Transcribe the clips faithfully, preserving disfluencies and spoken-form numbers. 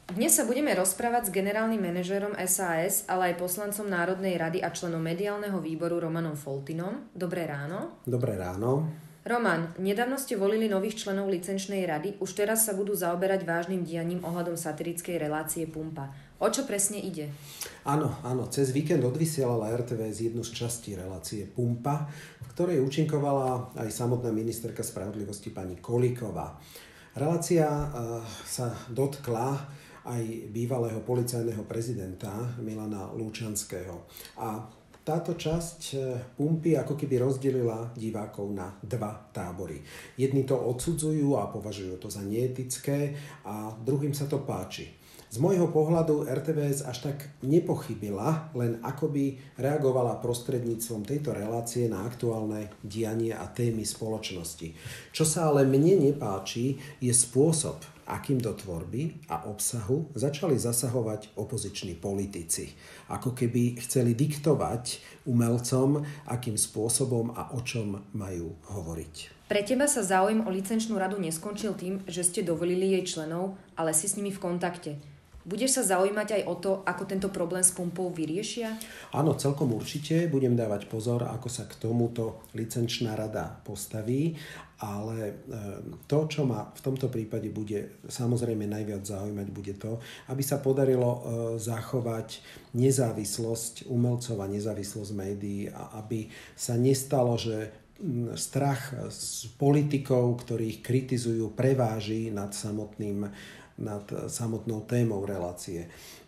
Dnes sa budeme rozprávať s generálnym manažérom es a es, ale aj poslancom Národnej rady a členom mediálneho výboru Romanom Foltynom. Dobré ráno. Dobré ráno. Roman, nedávno ste volili nových členov licenčnej rady, už teraz sa budú zaoberať vážnym dianím ohľadom satirickej relácie Pumpa. O čo presne ide? Áno, áno, cez víkend odvysielala er té vé z jednu z častí relácie Pumpa, v ktorej účinkovala aj samotná ministerka spravodlivosti pani Kolíková. Relácia uh, sa dotkla aj bývalého policajného prezidenta Milana Lučanského. A táto časť Pumpy ako keby rozdelila divákov na dva tábory. Jedni to odsudzujú a považujú to za neetické a druhým sa to páči. Z môjho pohľadu er té vé es až tak nepochybila, len akoby reagovala prostredníctvom tejto relácie na aktuálne dianie a témy spoločnosti. Čo sa ale mne nepáči, je spôsob, akým do tvorby a obsahu začali zasahovať opoziční politici. Ako keby chceli diktovať umelcom, akým spôsobom a o čom majú hovoriť. Pre teba sa záujem o licenčnú radu neskončil tým, že ste dovolili jej členov, ale si s nimi v kontakte. Budeš sa zaujímať aj o to, ako tento problém s pumpou vyriešia? Áno, celkom určite. Budem dávať pozor, ako sa k tomuto licenčná rada postaví, ale to, čo ma v tomto prípade bude samozrejme najviac zaujímať, bude to, aby sa podarilo zachovať nezávislosť umelcov a nezávislosť médií a aby sa nestalo, že strach z politikov, ktorých kritizujú, preváži nad samotným nad samotnou témou relácie.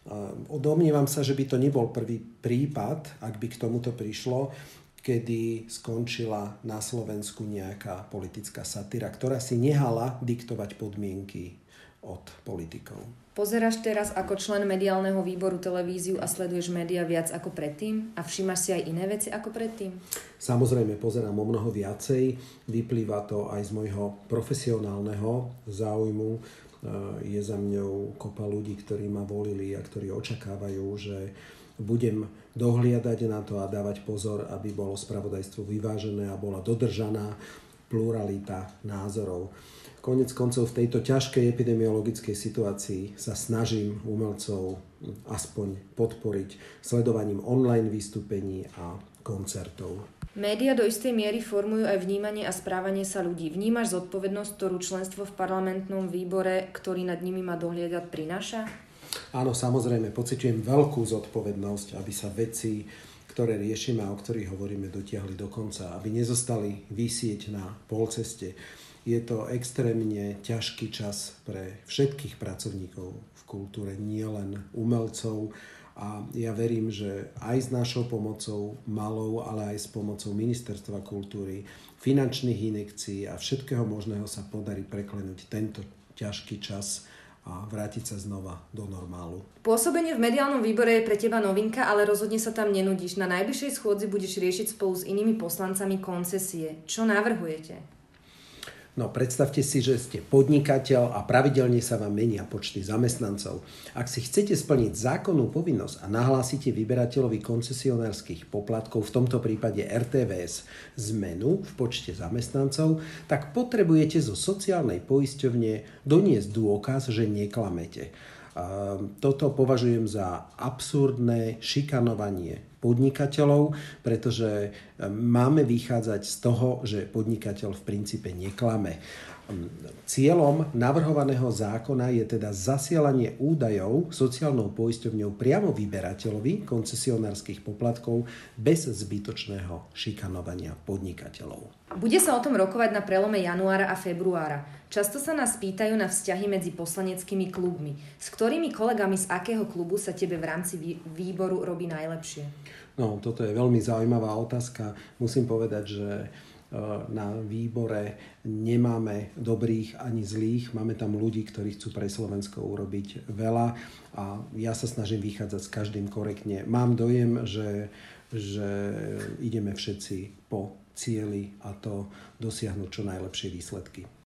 Domnievam sa, že by to nebol prvý prípad, ak by k tomuto prišlo, kedy skončila na Slovensku nejaká politická satíra, ktorá si nehala diktovať podmienky od politikov. Pozeráš teraz ako člen mediálneho výboru televíziu a sleduješ médiá viac ako predtým? A všímaš si aj iné veci ako predtým? Samozrejme, pozerám o mnoho viacej. Vyplýva to aj z môjho profesionálneho záujmu. Je za mňou kopa ľudí, ktorí ma volili a ktorí očakávajú, že budem dohliadať na to a dávať pozor, aby bolo spravodajstvo vyvážené a bola dodržaná pluralita názorov. Koniec koncov v tejto ťažkej epidemiologickej situácii sa snažím umelcov aspoň podporiť sledovaním online vystúpení a koncertov. Média do istej miery formujú aj vnímanie a správanie sa ľudí. Vnímaš zodpovednosť, ktorú členstvo v parlamentnom výbore, ktorý nad nimi má dohliadať, prináša? Áno, samozrejme, pociťujem veľkú zodpovednosť, aby sa veci, ktoré riešime a o ktorých hovoríme, dotiahli do konca, aby nezostali visieť na polceste. Je to extrémne ťažký čas pre všetkých pracovníkov v kultúre, nielen umelcov. A ja verím, že aj s našou pomocou malou, ale aj s pomocou Ministerstva kultúry, finančných injekcií a všetkého možného sa podarí preklenúť tento ťažký čas a vrátiť sa znova do normálu. Pôsobenie v mediálnom výbore je pre teba novinka, ale rozhodne sa tam nenudíš. Na najbližšej schôdzi budeš riešiť spolu s inými poslancami koncesie. Čo navrhujete? No, predstavte si, že ste podnikateľ a pravidelne sa vám menia počty zamestnancov. Ak si chcete splniť zákonnú povinnosť a nahlásite vyberateľovi koncesionárskych poplatkov, v tomto prípade er té vé es, zmenu v počte zamestnancov, tak potrebujete zo sociálnej poisťovne doniesť dôkaz, že neklamete. Toto považujem za absurdné šikanovanie podnikateľov, pretože máme vychádzať z toho, že podnikateľ v princípe neklame. Cieľom navrhovaného zákona je teda zasielanie údajov sociálnou poisťovňou priamo vyberateľovi koncesionárskych poplatkov bez zbytočného šikanovania podnikateľov. Bude sa o tom rokovať na prelome januára a februára. Často sa nás pýtajú na vzťahy medzi poslaneckými klubmi. S ktorými kolegami z akého klubu sa tebe v rámci výboru robí najlepšie? No, toto je veľmi zaujímavá otázka. Musím povedať, že na výbore nemáme dobrých ani zlých. Máme tam ľudí, ktorí chcú pre Slovensko urobiť veľa a ja sa snažím vychádzať s každým korektne. Mám dojem, že, že ideme všetci po cieli a to dosiahnuť čo najlepšie výsledky.